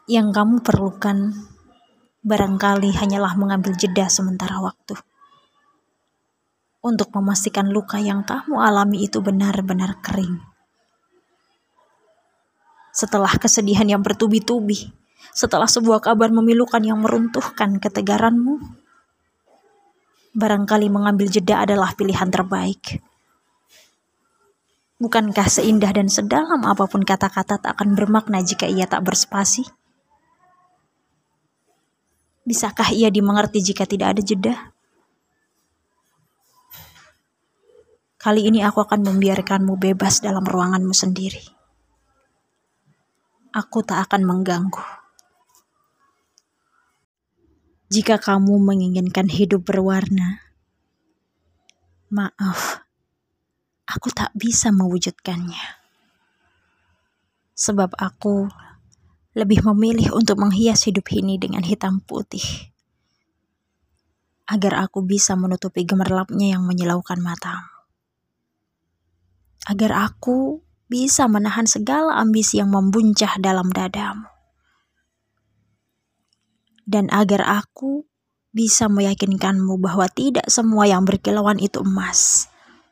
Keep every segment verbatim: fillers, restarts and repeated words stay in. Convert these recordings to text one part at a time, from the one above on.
Yang kamu perlukan barangkali hanyalah mengambil jeda sementara waktu untuk memastikan luka yang kamu alami itu benar-benar kering. Setelah kesedihan yang bertubi-tubi, setelah sebuah kabar memilukan yang meruntuhkan ketegaranmu, barangkali mengambil jeda adalah pilihan terbaik. Bukankah seindah dan sedalam apapun kata-kata tak akan bermakna jika ia tak berspasi? Bisakah ia dimengerti jika tidak ada jeda? Kali ini aku akan membiarkanmu bebas dalam ruanganmu sendiri. Aku tak akan mengganggu. Jika kamu menginginkan hidup berwarna, maaf, aku tak bisa mewujudkannya. Sebab aku lebih memilih untuk menghias hidup ini dengan hitam putih, agar aku bisa menutupi gemerlapnya yang menyilaukan matamu. Agar aku bisa menahan segala ambisi yang membuncah dalam dadamu. Dan agar aku bisa meyakinkanmu bahwa tidak semua yang berkilauan itu emas.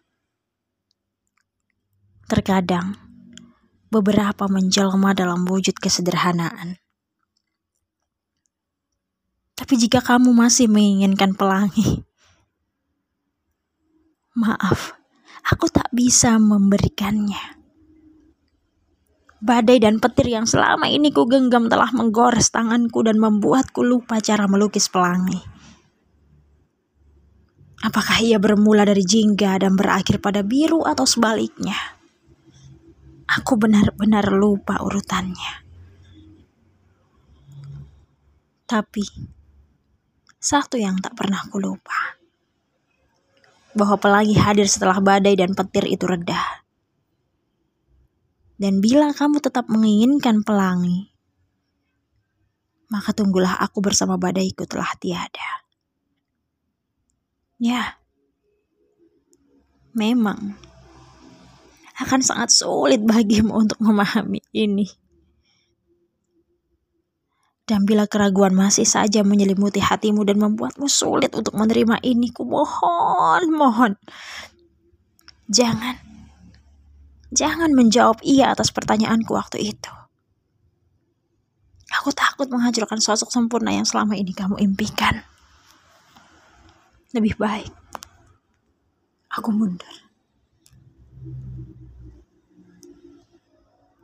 Terkadang, beberapa menjelma dalam wujud kesederhanaan. Tapi jika kamu masih menginginkan pelangi, maaf, aku tak bisa memberikannya. Badai dan petir yang selama ini ku genggam telah menggores tanganku dan membuatku lupa cara melukis pelangi. Apakah ia bermula dari jingga dan berakhir pada biru atau sebaliknya? Aku benar-benar lupa urutannya. Tapi, satu yang tak pernah ku lupa, bahwa pelangi hadir setelah badai dan petir itu reda. Dan bila kamu tetap menginginkan pelangi, maka tunggulah aku bersama badaiku telah tiada. Ya, memang akan sangat sulit bagimu untuk memahami ini. Dan bila keraguan masih saja menyelimuti hatimu dan membuatmu sulit untuk menerima ini, ku mohon, mohon, jangan. Jangan menjawab iya atas pertanyaanku waktu itu. Aku takut menghancurkan sosok sempurna yang selama ini kamu impikan. Lebih baik aku mundur.